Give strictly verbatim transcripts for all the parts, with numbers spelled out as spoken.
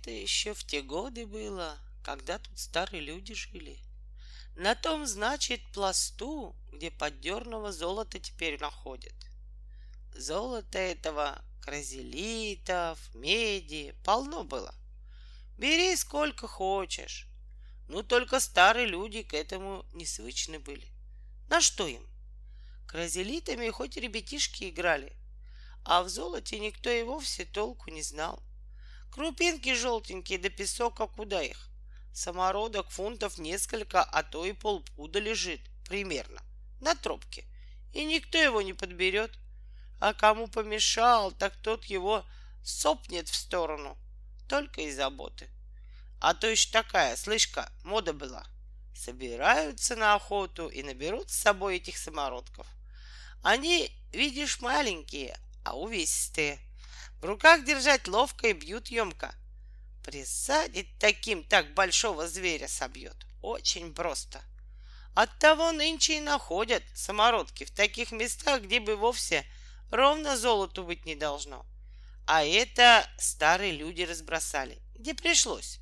Это еще в те годы было, когда тут старые люди жили. На том, значит, пласту, где поддерного золота теперь находят. Золота этого, кразелитов, меди полно было. Бери сколько хочешь. Ну, только старые люди к этому не свычны были. На что им? Кразелитами хоть ребятишки играли, а в золоте никто и вовсе толку не знал. Крупинки желтенькие да песок, а куда их? Самородок фунтов несколько, а то и полпуда лежит, примерно, на тропке, и никто его не подберет. А кому помешал, так тот его сопнет в сторону, только из заботы. А то еще такая, слышь-ка, мода была. Собираются на охоту и наберут с собой этих самородков. Они, видишь, маленькие, а увесистые. В руках держать ловко и бьют емко. Присадит таким, так большого зверя собьет. Очень просто. Оттого нынче и находят самородки в таких местах, где бы вовсе ровно золоту быть не должно. А это старые люди разбросали, где пришлось.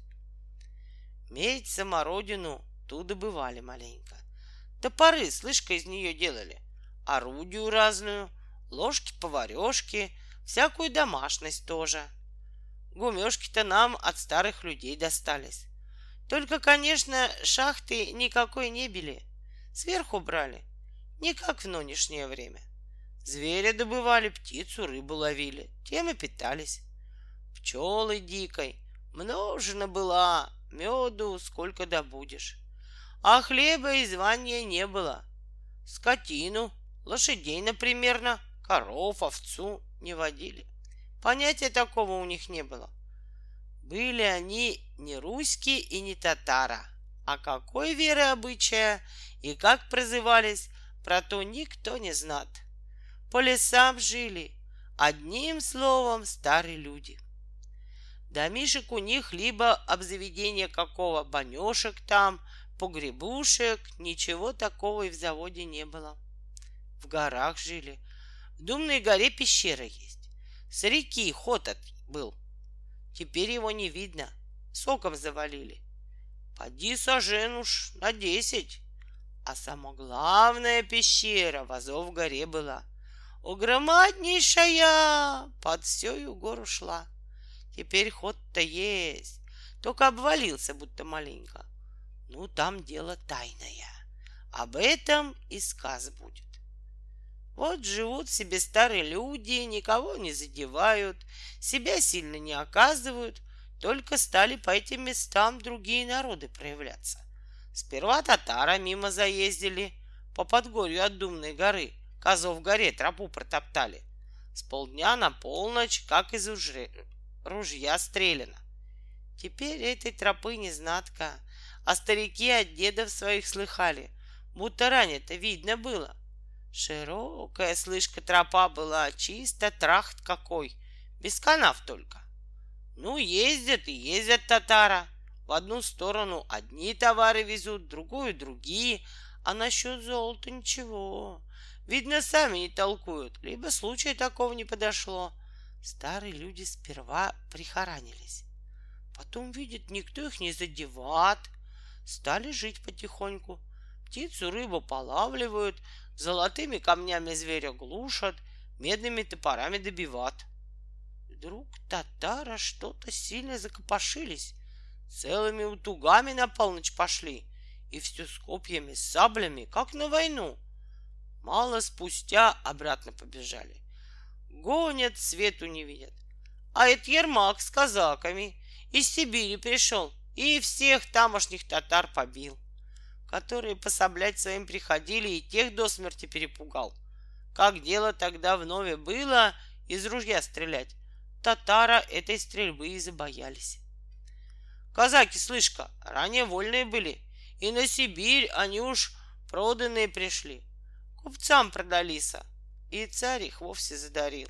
Медь самородину ту добывали маленько. Топоры, слышка, из нее делали. Орудию разную, ложки-поварешки, всякую домашность тоже. Гумешки-то нам от старых людей достались. Только, конечно, шахты никакой не били. Сверху брали, не как в нынешнее время. Зверя добывали, птицу, рыбу ловили, тем и питались. Пчелы дикой множина была, меду сколько добудешь. А хлеба и звания не было. Скотину, лошадей, например, коров, овцу не водили. Понятия такого у них не было. Были они не русские и не татара. А какой веры обычая и как прозывались, про то никто не знат. По лесам жили, одним словом, старые люди. Домишек у них либо обзаведение какого, банешек там, погребушек, ничего такого и в заводе не было. В горах жили. В Думной горе пещера есть. С реки ход от был. Теперь его не видно. Соком завалили. Поди сажен уж на десять. А самая главная пещера в Азов горе была. Огромаднейшая, под всю гору шла. Теперь ход-то есть, только обвалился будто маленько. Ну, там дело тайное. Об этом и сказ будет. Вот живут себе старые люди, никого не задевают, себя сильно не оказывают, только стали по этим местам другие народы проявляться. Сперва татары мимо заездили, по подгорью от Думной горы, к Азов горе тропу протоптали. С полдня на полночь, как из ружья стреляно. Теперь этой тропы не знатка, а старики от дедов своих слыхали, будто ранее-то видно было. Широкая, слышка, тропа была, чисто трахт какой, без канав только. Ну, ездят и ездят татара. В одну сторону одни товары везут, в другую другие, а насчет золота ничего. Видно, сами не толкуют, либо случая такого не подошло. Старые люди сперва прихоранились. Потом, видят, никто их не задевает. Стали жить потихоньку. Птицу, рыбу полавливают, золотыми камнями зверя глушат, медными топорами добиват. Вдруг татары что-то сильно закопошились, целыми утугами на полночь пошли, и все с копьями, с саблями, как на войну. Мало спустя обратно побежали. Гонят, свету не видят. А это Ермак с казаками из Сибири пришел и всех тамошних татар побил, которые пособлять своим приходили, и тех до смерти перепугал. Как дело тогда вновь было из ружья стрелять, татара этой стрельбы и забоялись. Казаки, слышка, ранее вольные были, и на Сибирь они уж проданные пришли. Купцам продалися, и царь их вовсе задарил.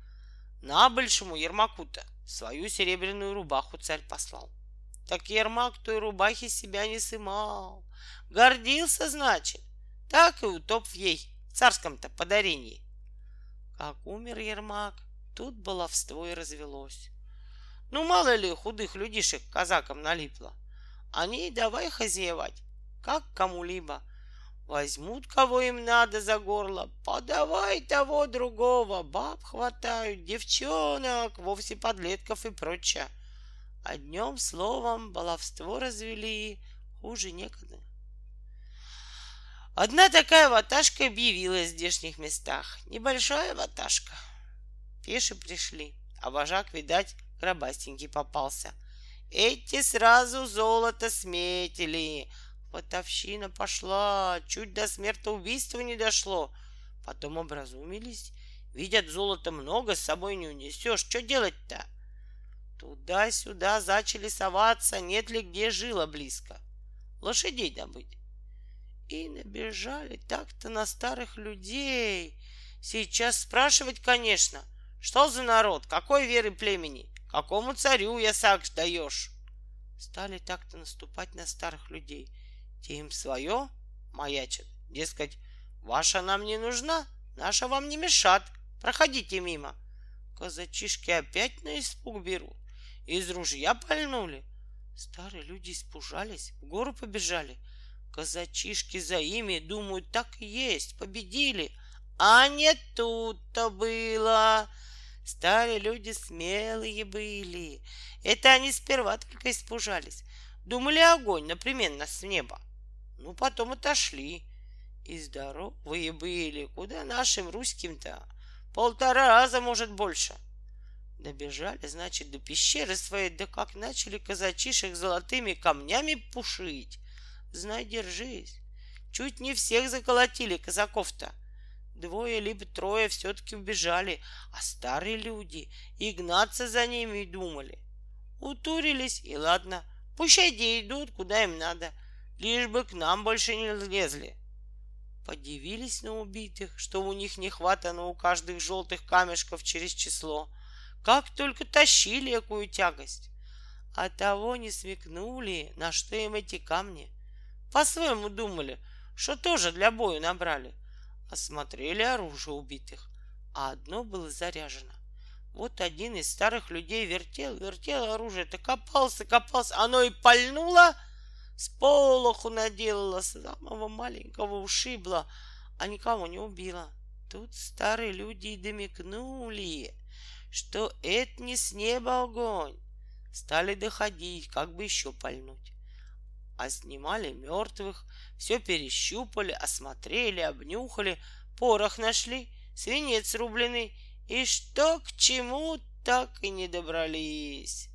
На большему Ермаку-то свою серебряную рубаху царь послал. Так Ермак той рубахи себя не сымал. Гордился, значит, так и утоп в ей, в царском-то подарении. Как умер Ермак, тут баловство и развелось. Ну, мало ли худых людишек казакам налипло. Они и давай хозяевать, как кому-либо. Возьмут, кого им надо, за горло, подавай того другого, баб хватают, девчонок, вовсе подлетков и прочее. Одним словом, баловство развели, хуже некогда. Одна такая ваташка объявилась в здешних местах. Небольшая ваташка. Пеши пришли, а вожак, видать, гробастенький попался. Эти сразу золото сметили. Потовщина пошла, чуть до смертоубийства не дошло. Потом образумились. Видят, золота много, с собой не унесешь. Что делать-то? Туда-сюда зачали соваться, нет ли где жила близко. Лошадей добыть. И набежали так-то на старых людей. Сейчас спрашивать, конечно, что за народ, какой веры племени, какому царю ясак даешь. Стали так-то наступать на старых людей. Те им свое маячат. Дескать, ваша нам не нужна, наша вам не мешат. Проходите мимо. Казачишки опять на испуг берут. Из ружья пальнули. Старые люди испужались, в гору побежали. Казачишки за ими, думают, так и есть, победили. А не тут-то было. Старые люди смелые были. Это они сперва только испужались. Думали, огонь непременно с неба. Ну, потом отошли. И здоровые были. Куда нашим русским-то? Полтора раза, может, больше. Добежали, значит, до пещеры своей, да как начали казачишек золотыми камнями пушить. Знай, держись. Чуть не всех заколотили казаков-то. Двое либо трое все-таки убежали, а старые люди и гнаться за ними думали. Утурились, и ладно, пущай где идут, куда им надо, лишь бы к нам больше не лезли. Подивились на убитых, что у них не хватано у каждых желтых камешков через число. Как только тащили какую тягость. А того не смекнули, на что им эти камни. По-своему думали, что тоже для бою набрали. Осмотрели оружие убитых, а одно было заряжено. Вот один из старых людей вертел, вертел оружие-то, копался, копался, оно и пальнуло, с полоху наделало, самого маленького ушибло, а никого не убило. Тут старые люди и домикнули, что это не с неба огонь. Стали доходить, как бы еще пальнуть. А снимали мертвых, все перещупали, осмотрели, обнюхали, порох нашли, свинец рубленый, и что к чему, так и не добрались.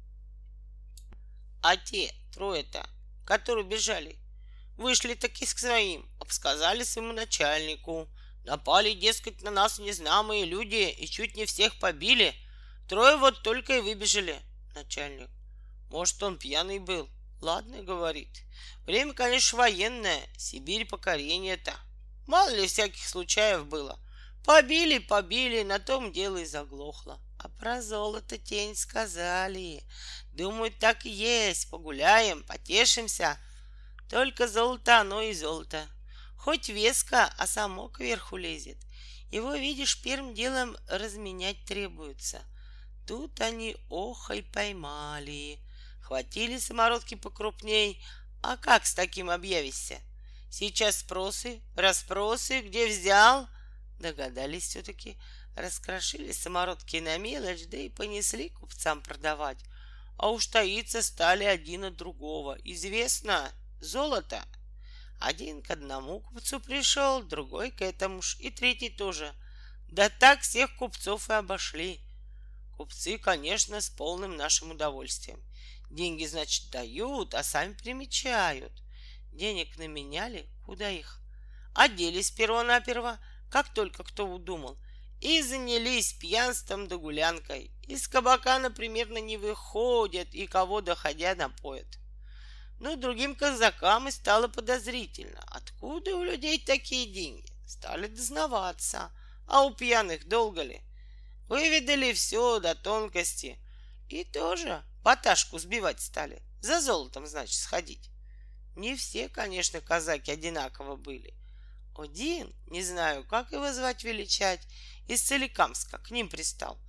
А те трое-то, которые бежали, вышли таки к своим, обсказали своему начальнику. Напали, дескать, на нас незнакомые люди и чуть не всех побили. Трое вот только и выбежали. Начальник: может, он пьяный был? Ладно, говорит. Время, конечно, военное, Сибирь покорение-то. Мало ли всяких случаев было. Побили, побили, на том дело и заглохло. А про золото тень сказали. Думаю, так и есть. Погуляем, потешимся. Только золото оно и золото. Хоть веско, а само кверху лезет. Его, видишь, первым делом разменять требуется. Тут они охой поймали. Хватили самородки покрупней. А как с таким объявишься? Сейчас спросы, расспросы, где взял? Догадались все-таки. Раскрошили самородки на мелочь, да и понесли купцам продавать. А уж таиться стали один от другого. Известно, золото. Один к одному купцу пришел, другой к этому ж, и третий тоже. Да так всех купцов и обошли. Купцы, конечно, с полным нашим удовольствием. Деньги, значит, дают, а сами примечают. Денег наменяли, куда их? Оделись перво-наперво, как только кто удумал, и занялись пьянством да гулянкой. Из кабака, например, не выходят и кого доходя напоят. Но другим казакам и стало подозрительно. Откуда у людей такие деньги? Стали дознаваться. А у пьяных долго ли? Выведали все до тонкости. И тоже ваташку сбивать стали. За золотом, значит, сходить. Не все, конечно, казаки одинаково были. Один, не знаю, как его звать величать, из Соликамска к ним пристал.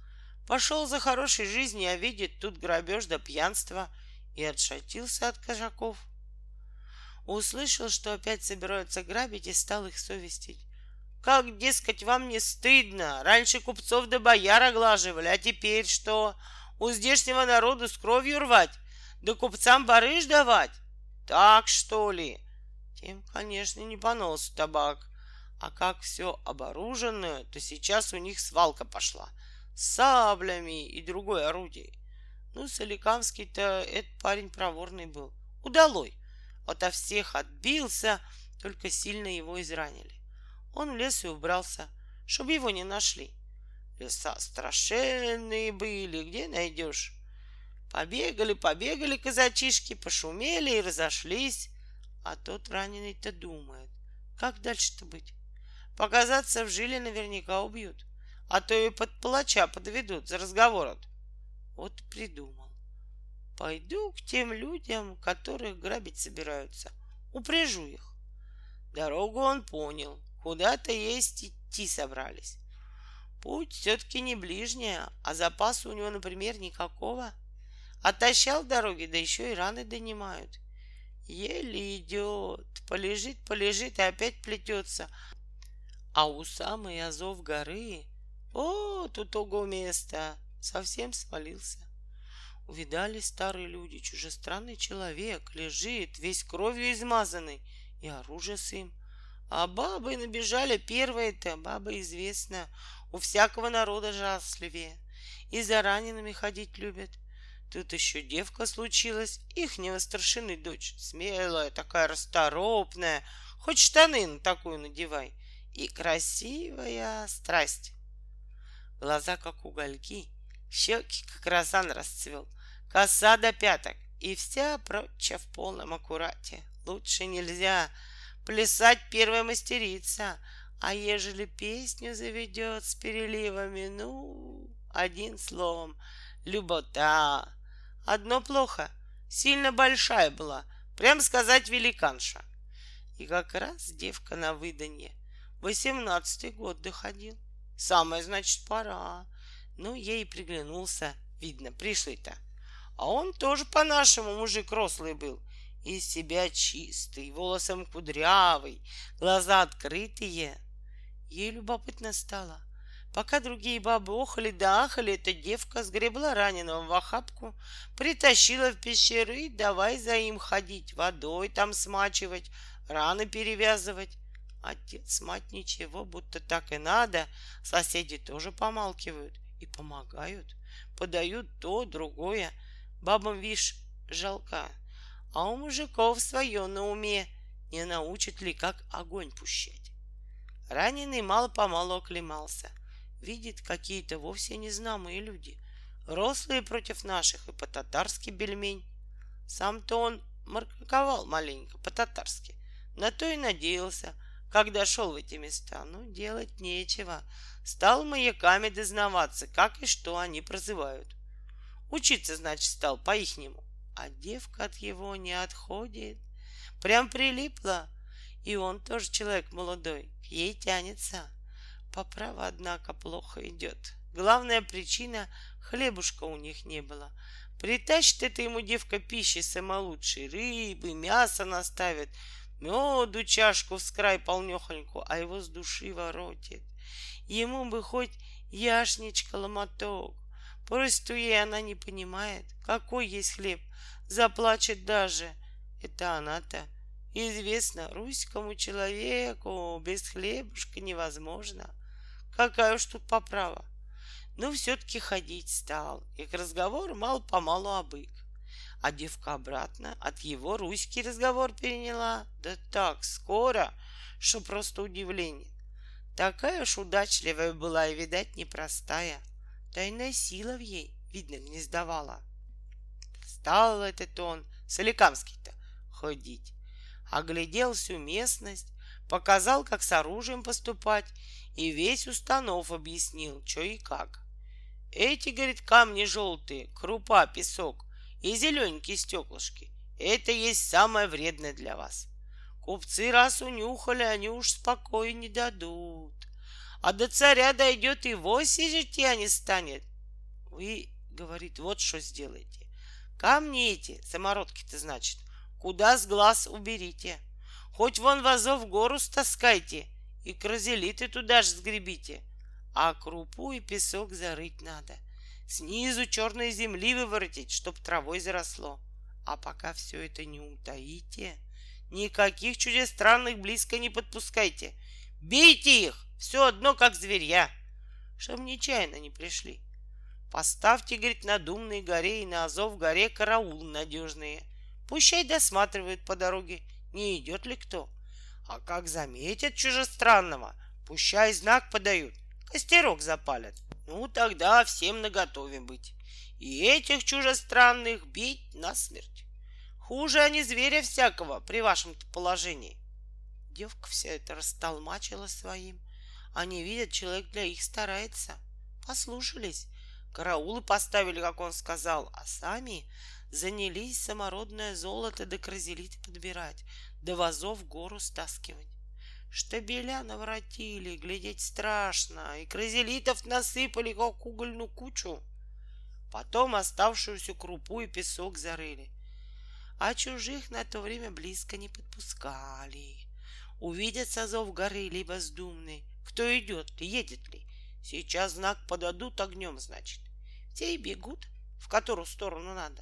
Пошел за хорошей жизнью, а видит тут грабеж да пьянство, и отшатился от кошаков. Услышал, что опять собираются грабить, и стал их совестить. Как, дескать, вам не стыдно? Раньше купцов да бояр оглаживали, а теперь что? У здешнего народу с кровью рвать, да купцам барыш давать? Так, что ли? Тем, конечно, не по носу табак. А как все оборуженное, то сейчас у них свалка пошла. С саблями и другое орудие. Ну, Соликамский-то этот парень проворный был. Удалой. Ото всех отбился, только сильно его изранили. Он в лес и убрался, чтобы его не нашли. Леса страшенные были, где найдешь? Побегали, побегали казачишки, пошумели и разошлись. А тот раненый-то думает, как дальше-то быть? Показаться в жиле наверняка убьют, а то и под палача подведут за разговором. Вот и придумал. Пойду к тем людям, которых грабить собираются, упряжу их. Дорогу он понял, куда-то есть идти собрались. Путь все-таки не ближняя, а запаса у него, например, никакого. Отощал дороги, да еще и раны донимают. Еле идет, полежит, полежит и опять плетется. А у самой Азов горы, о, тут ого место, совсем свалился. Увидали старые люди, чужестранный человек лежит, весь кровью измазанный, и оружие с им. А бабы набежали первые-то, бабы известно, у всякого народа жалостливее, и за ранеными ходить любят. Тут еще девка случилась, ихнего старшины дочь, смелая, такая расторопная, хоть штаны на такую надевай, и красивая страсть. Глаза как угольки, щеки как розан расцвел, коса до пяток, и вся прочая в полном аккурате. Лучше нельзя. Плясать первая мастерица, а ежели песню заведет с переливами, ну, одним словом, любота. Одно плохо, сильно большая была, прям сказать великанша. И как раз девка на выданье, восемнадцатый год доходил. Самое, значит, пора. Ну, ей приглянулся, видно, пришлый-то. А он тоже по-нашему мужик рослый был, из себя чистый, волосом кудрявый, глаза открытые. Ей любопытно стало. Пока другие бабы охали да ахали, эта девка сгребла раненого в охапку, притащила в пещеру и давай за им ходить, водой там смачивать, раны перевязывать. Отец, мать ничего, будто так и надо. Соседи тоже помалкивают и помогают, подают то, другое. Бабам, вишь, жалко. А у мужиков свое на уме, не научат ли, как огонь пущать. Раненый мало-помалу оклемался. Видит, какие-то вовсе незнакомые люди, рослые против наших и по-татарски бельмень. Сам-то он марковал маленько по-татарски, на то и надеялся, когда шел в эти места. Ну, делать нечего. Стал маяками дознаваться, как и что они прозывают. Учиться, значит, стал по-ихнему. А девка от его не отходит. Прям прилипла. И он тоже человек молодой. К ей тянется. Поправа, однако, плохо идет. Главная причина — хлебушка у них не было. Притащит это ему девка пищи самолучшей, рыбы, мясо наставит, меду чашку в скрай полнехоньку, а его с души воротит. Ему бы хоть яшничка ломоток. Просто ей она не понимает, какой есть хлеб, заплачет даже. Это она-то. Известно, русскому человеку без хлебушка невозможно. Какая уж тут поправа. Но все-таки ходить стал, и к разговору мало-помалу обык. А девка обратно от его русский разговор переняла. Да так скоро, что просто удивление. Такая уж удачливая была и, видать, непростая. Тайная сила в ей, видно, гнездовала. Стал этот он, Соликамский-то, ходить. Оглядел всю местность, показал, как с оружием поступать, и весь установ объяснил, что и как. Эти, говорит, камни желтые, крупа, песок и зелененькие стеклышки — это есть самое вредное для вас. Купцы раз унюхали, они уж спокоя не дадут. А до царя дойдет и вовсе житья не станет. Вы, говорит, вот что сделайте. Камни эти, самородки-то, значит, куда с глаз уберите. Хоть вон вазов в гору стаскайте и кразелиты туда же сгребите. А крупу и песок зарыть надо. Снизу черной земли выворотить, чтоб травой заросло. А пока все это не утаите, никаких чудес странных близко не подпускайте. Бейте их, все одно как зверья, чтоб нечаянно не пришли. Поставьте, говорит, на Думной горе и на Азов горе караул надежные. Пущай досматривают по дороге, не идет ли кто. А как заметят чужестранного, пущай знак подают, костерок запалят. Ну, тогда всем наготове быть. И этих чужестранных бить насмерть. Хуже они зверя всякого при вашем-то положении. Девка вся это растолмачила своим. Они видят, человек для их старается. Послушались, караулы поставили, как он сказал, а сами занялись самородное золото да кразелиты подбирать, да вазов в гору стаскивать. Штабеля наворотили, глядеть страшно, и кразелитов насыпали, как угольную кучу. Потом оставшуюся крупу и песок зарыли. А чужих на то время близко не подпускали. Увидят с Азов горы либо с Думной, кто идет ли, едет ли. Сейчас знак подадут огнем, значит. Те и бегут, в которую сторону надо.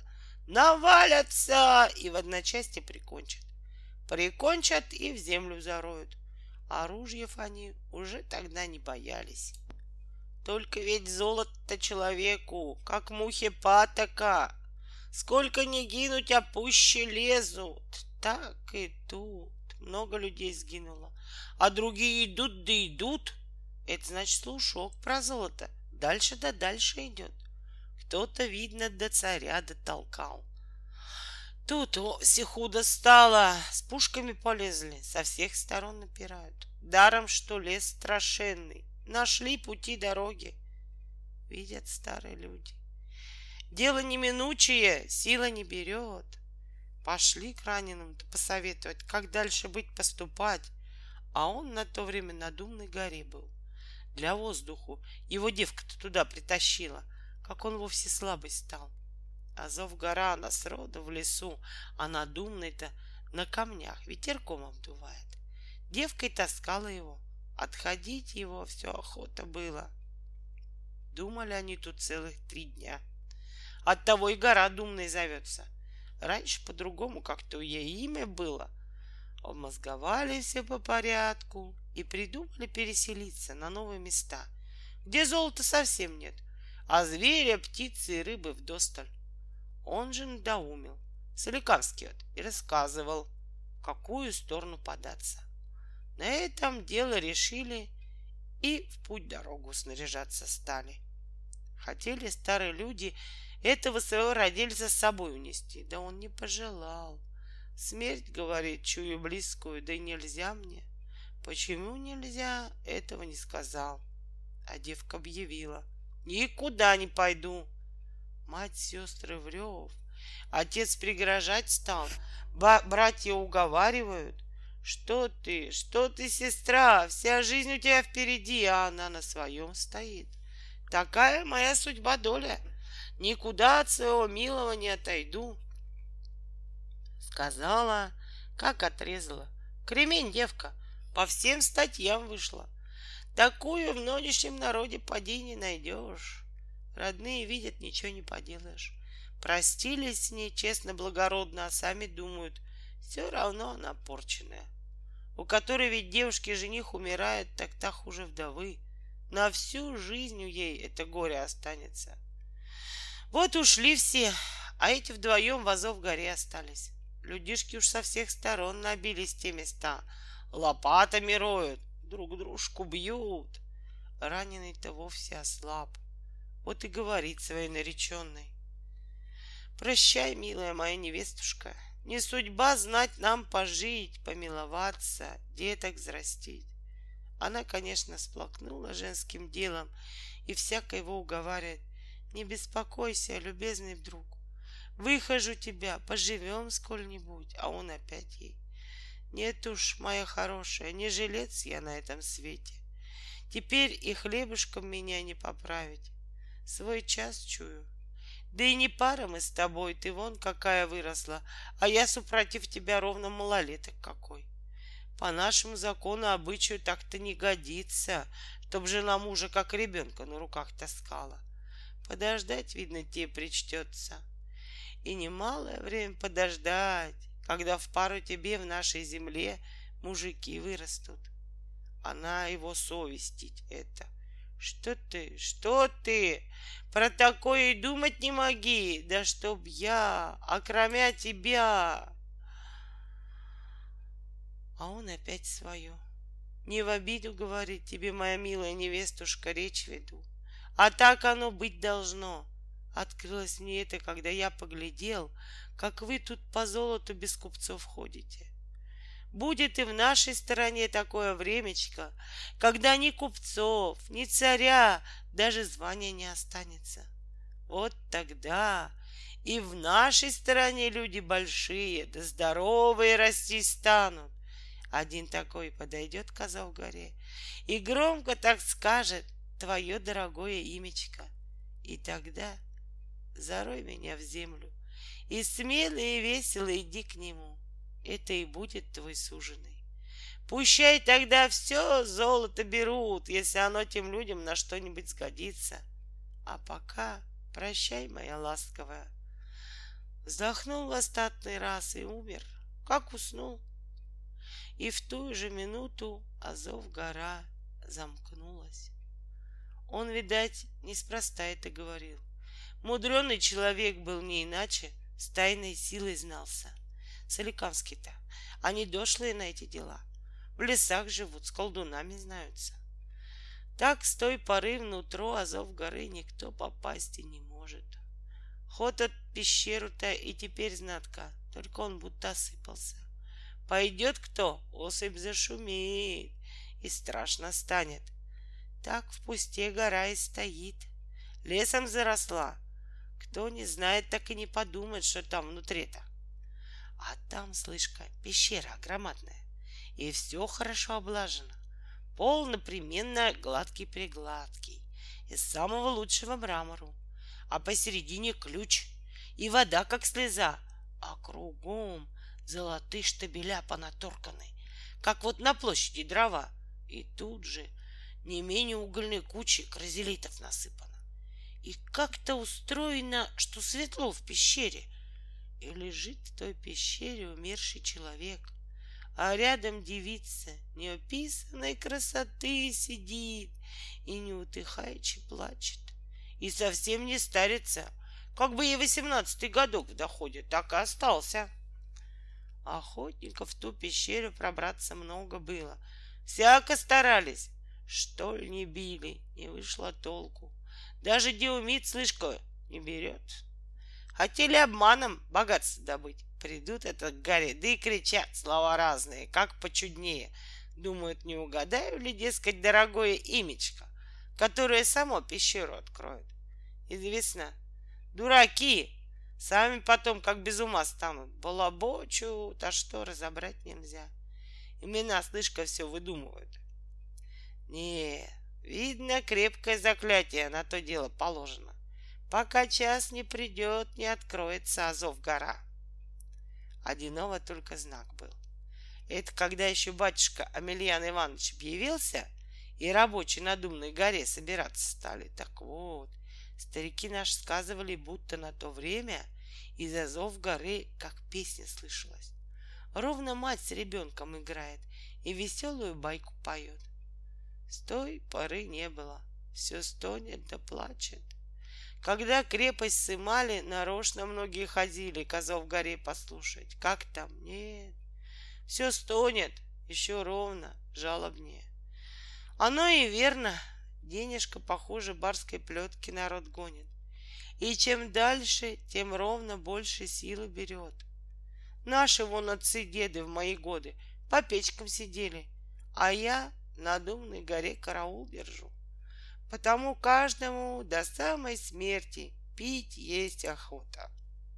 Навалятся и в одночасье прикончат. Прикончат и в землю зароют. Оружьев они уже тогда не боялись. Только ведь золото человеку, как мухе патока. Сколько не гинуть, а пуще лезут. Так и тут. Много людей сгинуло. А другие идут да идут. Это значит слушок про золото. Дальше да дальше идет. Кто-то, видно, до царя дотолкал. Тут все худо стало. С пушками полезли. Со всех сторон напирают. Даром, что лес страшенный. Нашли пути дороги. Видят старые люди. Дело неминучее, сила не берет. Пошли к раненому-то посоветовать, как дальше быть, поступать. А он на то время на Думной горе был. Для воздуху его девка-то туда притащила, как он вовсе слабый стал. Азов гора, она сроду в лесу, а на Думной-то на камнях ветерком обдувает. Девкой таскала его, отходить его все охота было. Думали они тут целых три дня. Оттого и гора Думной зовется. Раньше по-другому как-то ей имя было. Обмозговали все по порядку и придумали переселиться на новые места, где золота совсем нет, а зверя, птицы и рыбы вдосталь. Он же надоумил, Соликамский вот, и рассказывал, в какую сторону податься. На этом дело решили и в путь-дорогу снаряжаться стали. Хотели старые люди этого своего родильца с собой унести, да он не пожелал. Смерть, говорит, чую близкую, да и нельзя мне. Почему нельзя, этого не сказал. А девка объявила: никуда не пойду. Мать, сестры в рев. Отец пригрожать стал. Ба- братья уговаривают. Что ты, что ты, сестра? Вся жизнь у тебя впереди, а она на своем стоит. Такая моя судьба доля. Никуда от своего милого не отойду. Сказала, как отрезала. Кремень девка, по всем статьям вышла. Такую в нынешнем народе поди не найдешь. Родные видят, ничего не поделаешь. Простились с ней честно, благородно, а сами думают, все равно она порченная. У которой ведь девушки жених умирает, так та хуже вдовы. На всю жизнь у ей это горе останется. Вот ушли все, а эти вдвоем в Азов горе остались. Людишки уж со всех сторон набились в те места. Лопатами роют, друг дружку бьют. Раненый-то вовсе ослаб. Вот и говорит своей нареченной: прощай, милая моя невестушка, не судьба знать нам пожить, помиловаться, деток взрастить. Она, конечно, сплакнула женским делом и всяко его уговаривает: не беспокойся, любезный друг, выхожу тебя, поживем сколь-нибудь. А он опять ей: нет уж, моя хорошая, не жилец я на этом свете. Теперь и хлебушком меня не поправить. Свой час чую. Да и не пара мы с тобой, ты вон какая выросла, а я супротив тебя ровно малолеток какой. По нашему закону обычаю так-то не годится, чтоб жена мужа как ребенка на руках таскала. Подождать, видно, тебе причтется. И немалое время подождать, когда в пару тебе в нашей земле мужики вырастут. Она его совестить это. Что ты, что ты? Про такое и думать не моги. Да чтоб я, окромя тебя. А он опять свое. Не в обиду, говорит тебе, моя милая невестушка, речь веду. А так оно быть должно. Открылось мне это, когда я поглядел, как вы тут по золоту без купцов ходите. Будет и в нашей стороне такое времечко, когда ни купцов, ни царя, даже звания не останется. Вот тогда и в нашей стороне люди большие, да здоровые расти станут. Один такой подойдет к Азов-горе и громко так скажет твое дорогое имечко. И тогда зарой меня в землю и смело и весело иди к нему. Это и будет твой суженый. Пущай тогда все золото берут, если оно тем людям на что-нибудь сгодится. А пока прощай, моя ласковая. Вздохнул в остатный раз и умер, как уснул. И в ту же минуту Азов-гора замкнулась. Он, видать, неспроста это говорил. Мудреный человек был не иначе, с тайной силой знался. Соликамский-то, они дошлые на эти дела. В лесах живут, с колдунами знаются. Так с той поры внутрь Азов-горы никто попасть и не может. Ход от пещеру-то и теперь знатка, только он будто осыпался. Пойдет кто, осыпь зашумеет, и страшно станет. Так в пусте гора и стоит, лесом заросла. Кто не знает, так и не подумает, что там внутри-то. А там, слышка, пещера громадная, и все хорошо облажено. Пол непременно гладкий-пригладкий, из самого лучшего мрамору, а посередине ключ, и вода, как слеза, а кругом золотые штабеля понаторканы, как вот на площади дрова, и тут же не менее угольной кучи крозелитов насыпано. И как-то устроено, что светло в пещере, и лежит в той пещере умерший человек, а рядом девица неописанной красоты сидит и неутыхаючи плачет, и совсем не старится, как бы ей восемнадцатый годок в доходе, так и остался. Охотников в ту пещеру пробраться много было, всяко старались, что ли не били, не вышло толку. Даже Деумит, слышка, не берет. Хотели обманом богатство добыть. Придут это к горе, да и кричат слова разные, как почуднее. Думают, не угадаю ли, дескать, дорогое имечко, которое само пещеру откроет. Известно, дураки, сами потом как без ума станут. Балабочут, а что разобрать нельзя. Имена, слышка, все выдумывают. Не, видно, крепкое заклятие на то дело положено. Пока час не придет, не откроется Азов-гора. Одиного только знак был. Это когда еще батюшка Амельян Иванович объявился, и рабочие на Думной горе собираться стали. Так вот, старики наши сказывали, будто на то время из Азов-горы как песня слышалась. Ровно мать с ребенком играет и веселую байку поет. С той поры не было, все стонет да плачет. Когда крепость сымали, нарочно многие ходили к Азов-горе послушать. Как там? Нет. Все стонет, еще ровно, жалобнее. Оно и верно. Денежка, похуже барской плетки, народ гонит. И чем дальше, тем ровно больше силы берет. Наши вон отцы-деды в мои годы по печкам сидели, а я на Думной горе караул держу. Потому каждому до самой смерти пить есть охота.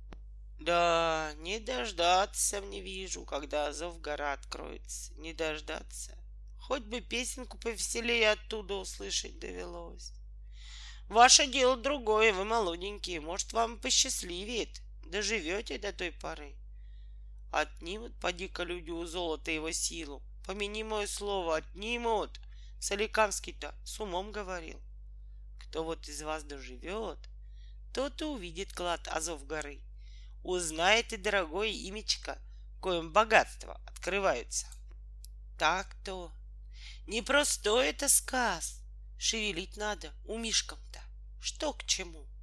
Да, не дождаться мне вижу, когда Азов-гора откроется. Не дождаться. Хоть бы песенку повеселее оттуда услышать довелось. Ваше дело другое, вы молоденькие, может, вам посчастливеет, доживете до той поры. Отнимут, поди-ка, люди у золота его силу. Помяни мое слово, отнимут. Соликамский-то с умом говорил. Кто вот из вас доживет, тот и увидит клад Азов горы. Узнает и дорогое имечко, коим богатства открываются. Так-то. Непростой это сказ. Шевелить надо умишкам-то. Что к чему?